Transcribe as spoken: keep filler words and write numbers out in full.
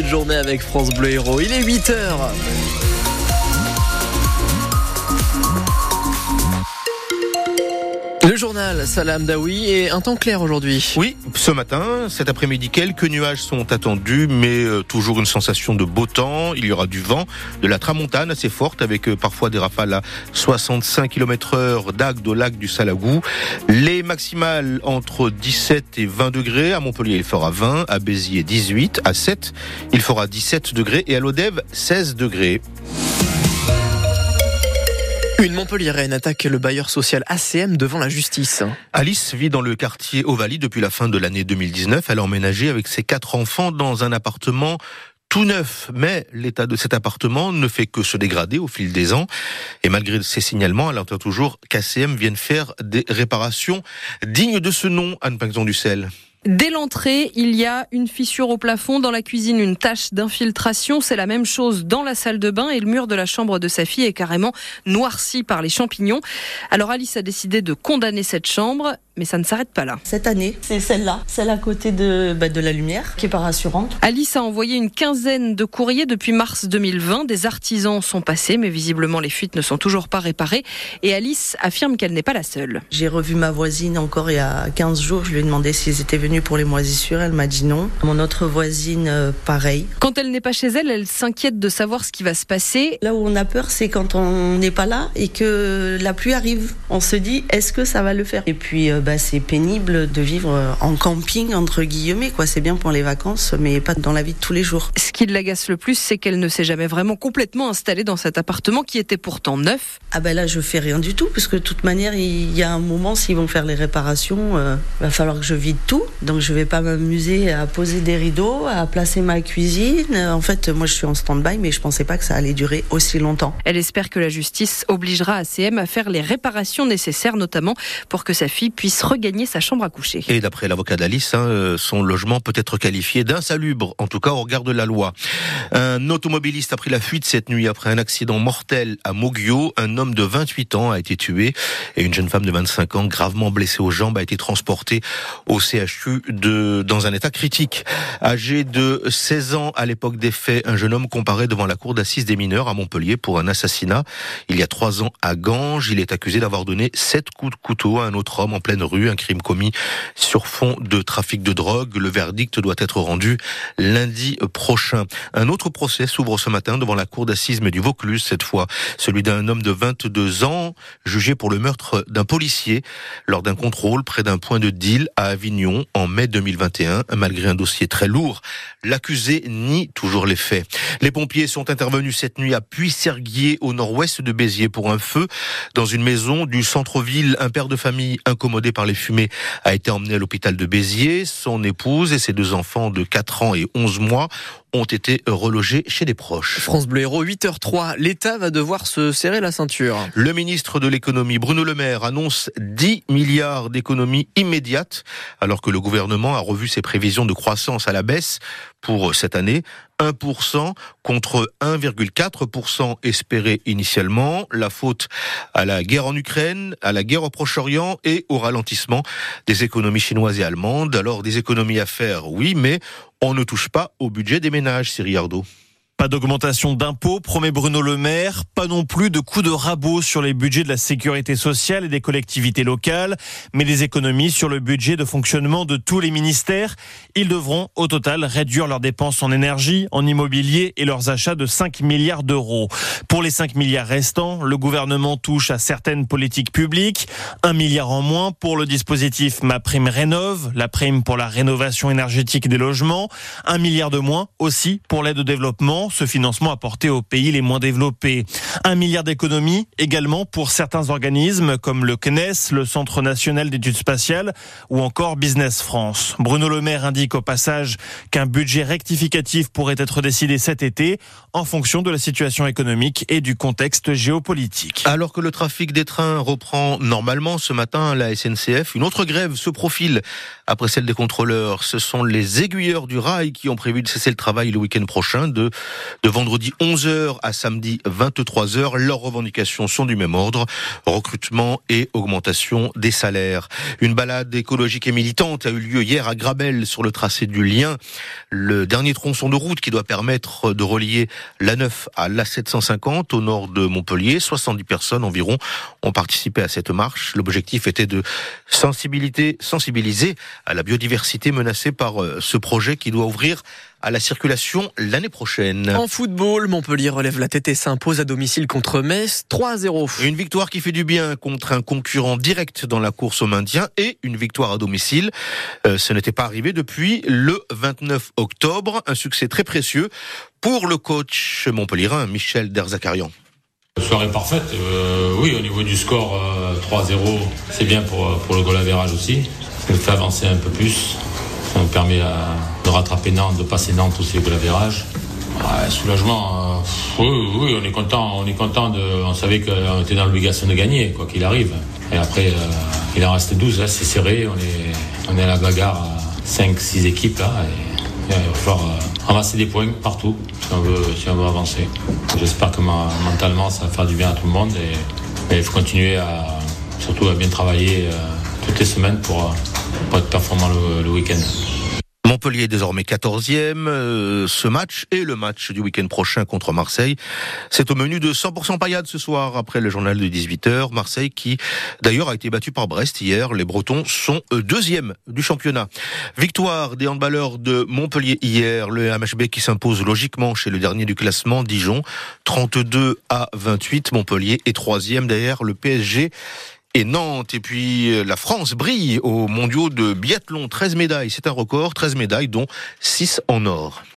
journée avec France Bleu Héros. Il est huit heures. Le journal, Salah Hamdaoui, et un temps clair aujourd'hui. Oui, ce matin, cet après-midi, quelques nuages sont attendus, mais euh, toujours une sensation de beau temps. Il y aura du vent, de la tramontane assez forte, avec euh, parfois des rafales à soixante-cinq kilomètres heure d'Agde au lac du Salagou. Les maximales entre dix-sept et vingt degrés. À Montpellier, il fera vingt, à Béziers dix-huit, à Sète, il fera dix-sept degrés, et à Lodève, seize degrés. Une Montpelliéraine attaque le bailleur social A C M devant la justice. Alice vit dans le quartier Ovalie depuis la fin de l'année deux mille dix-neuf. Elle a emménagé avec ses quatre enfants dans un appartement tout neuf. Mais l'état de cet appartement ne fait que se dégrader au fil des ans. Et malgré ces signalements, elle entend toujours qu'A C M vienne faire des réparations dignes de ce nom, Anne Pinxon-Ducel. Dès l'entrée, il y a une fissure au plafond. Dans la cuisine, une tache d'infiltration. C'est la même chose dans la salle de bain et le mur de la chambre de sa fille est carrément noirci par les champignons. Alors Alice a décidé de condamner cette chambre, mais ça ne s'arrête pas là. Cette année, c'est celle-là, celle à côté de, bah, de la lumière, qui est pas rassurante. Alice a envoyé une quinzaine de courriers depuis mars deux mille vingt. Des artisans sont passés, mais visiblement les fuites ne sont toujours pas réparées. Et Alice affirme qu'elle n'est pas la seule. J'ai revu ma voisine encore il y a quinze jours. Je lui ai demandé s'ils étaient venus pour les moisissures. Elle m'a dit non. Mon autre voisine, euh, pareil. Quand elle n'est pas chez elle, elle s'inquiète de savoir ce qui va se passer. Là où on a peur, c'est quand on n'est pas là et que la pluie arrive. On se dit, est-ce que ça va le faire ? Et puis, euh, bah, c'est pénible de vivre en camping, entre guillemets, quoi. C'est bien pour les vacances, mais pas dans la vie de tous les jours. Ce qui l'agace le plus, c'est qu'elle ne s'est jamais vraiment complètement installée dans cet appartement qui était pourtant neuf. Ah ben là, je fais rien du tout, parce que de toute manière, il y a un moment, s'ils vont faire les réparations, euh, va falloir que je vide tout. Donc je vais pas m'amuser à poser des rideaux, à placer ma cuisine. En fait, moi je suis en stand-by, mais je pensais pas que ça allait durer aussi longtemps. Elle espère que la justice obligera A C M à faire les réparations nécessaires, notamment pour que sa fille puisse regagner sa chambre à coucher. Et d'après l'avocat d'Alice, hein, son logement peut être qualifié d'insalubre, en tout cas au regard de la loi. Un automobiliste a pris la fuite cette nuit après un accident mortel à Moguio. Un homme de vingt-huit ans a été tué et une jeune femme de vingt-cinq ans gravement blessée aux jambes a été transportée au C H U de, dans un état critique. Âgé de seize ans à l'époque des faits, un jeune homme comparaît devant la cour d'assises des mineurs à Montpellier pour un assassinat. Il y a trois ans à Ganges, il est accusé d'avoir donné sept coups de couteau à un autre homme en pleine rue, un crime commis sur fond de trafic de drogue. Le verdict doit être rendu lundi prochain. Un autre procès s'ouvre ce matin devant la cour d'assises mais du Vaucluse cette fois, celui d'un homme de vingt-deux ans jugé pour le meurtre d'un policier lors d'un contrôle près d'un point de deal à Avignon en mai deux mille vingt et un. Malgré un dossier très lourd, l'accusé nie toujours les faits. Les pompiers sont intervenus cette nuit à Puy-Serguier, au nord-ouest de Béziers, pour un feu dans une maison du centre-ville. Un père de famille incommodé par les fumées a été emmené à l'hôpital de Béziers. Son épouse et ses deux enfants de quatre ans et onze mois ont été relogés chez des proches. France Bleu Héros, huit heures trois. L'État va devoir se serrer la ceinture. Le ministre de l'économie, Bruno Le Maire, annonce dix milliards d'économies immédiates, alors que le gouvernement a revu ses prévisions de croissance à la baisse pour cette année. un pour cent contre un virgule quatre pour cent espéré initialement. La faute à la guerre en Ukraine, à la guerre au Proche-Orient et au ralentissement des économies chinoises et allemandes. Alors des économies à faire, oui, mais on ne touche pas au budget des ménages, Cyril Ardo. Pas d'augmentation d'impôts, promet Bruno Le Maire. Pas non plus de coups de rabot sur les budgets de la sécurité sociale et des collectivités locales, mais des économies sur le budget de fonctionnement de tous les ministères. Ils devront, au total, réduire leurs dépenses en énergie, en immobilier et leurs achats de cinq milliards d'euros. Pour les cinq milliards restants, le gouvernement touche à certaines politiques publiques. Un milliard en moins pour le dispositif MaPrimeRénov', la prime pour la rénovation énergétique des logements. Un milliard de moins aussi pour l'aide au développement. Ce financement apporté aux pays les moins développés. Un milliard d'économies également pour certains organismes comme le C N E S, le Centre national d'études spatiales ou encore Business France. Bruno Le Maire indique au passage qu'un budget rectificatif pourrait être décidé cet été en fonction de la situation économique et du contexte géopolitique. Alors que le trafic des trains reprend normalement ce matin, la S N C F, une autre grève se profile après celle des contrôleurs. Ce sont les aiguilleurs du rail qui ont prévu de cesser le travail le week-end prochain de de vendredi onze heures à samedi vingt-trois heures. Leurs revendications sont du même ordre, recrutement et augmentation des salaires. Une balade écologique et militante a eu lieu hier à Grabel sur le tracé du Lien, le dernier tronçon de route qui doit permettre de relier l'A neuf à l'A sept cent cinquante au nord de Montpellier. soixante-dix personnes environ ont participé à cette marche. L'objectif était de sensibiliser, sensibiliser à la biodiversité menacée par ce projet qui doit ouvrir à la circulation l'année prochaine. En football, Montpellier relève la tête et s'impose à domicile contre Metz, trois à zéro. Une victoire qui fait du bien contre un concurrent direct dans la course au maintien et une victoire à domicile. Euh, ce n'était pas arrivé depuis le vingt-neuf octobre. Un succès très précieux pour le coach montpelliérain Michel Derzakarian. Soirée parfaite, euh, oui, au niveau du score euh, trois à zéro, c'est bien pour, pour le goal average aussi. Ça nous fait avancer un peu plus. Ça nous permet euh, de rattraper Nantes, de passer Nantes aussi au goal average. Ouais, soulagement, euh, oui, oui, on est content, on est content de, on savait qu'on était dans l'obligation de gagner, quoi qu'il arrive. Et après, euh, il en reste douze, là, c'est serré, on est, on est à la bagarre à cinq six équipes là. Et, et il va falloir euh, ramasser des points partout si on veut, si on veut avancer. J'espère que ma, mentalement ça va faire du bien à tout le monde et, et il faut continuer à, surtout à bien travailler euh, toutes les semaines pour, pour être performant le, le week-end. Montpellier est désormais quatorzième. Euh, ce match et le match du week-end prochain contre Marseille, c'est au menu de cent pour cent paillade ce soir après le journal de dix-huit heures. Marseille qui d'ailleurs a été battu par Brest hier. Les Bretons sont deuxième du championnat. Victoire des handballeurs de Montpellier hier. Le M H B qui s'impose logiquement chez le dernier du classement, Dijon, trente-deux à vingt-huit. Montpellier est troisième derrière le P S G et Nantes. Et puis la France brille aux mondiaux de biathlon. treize médailles, c'est un record. treize médailles dont six en or.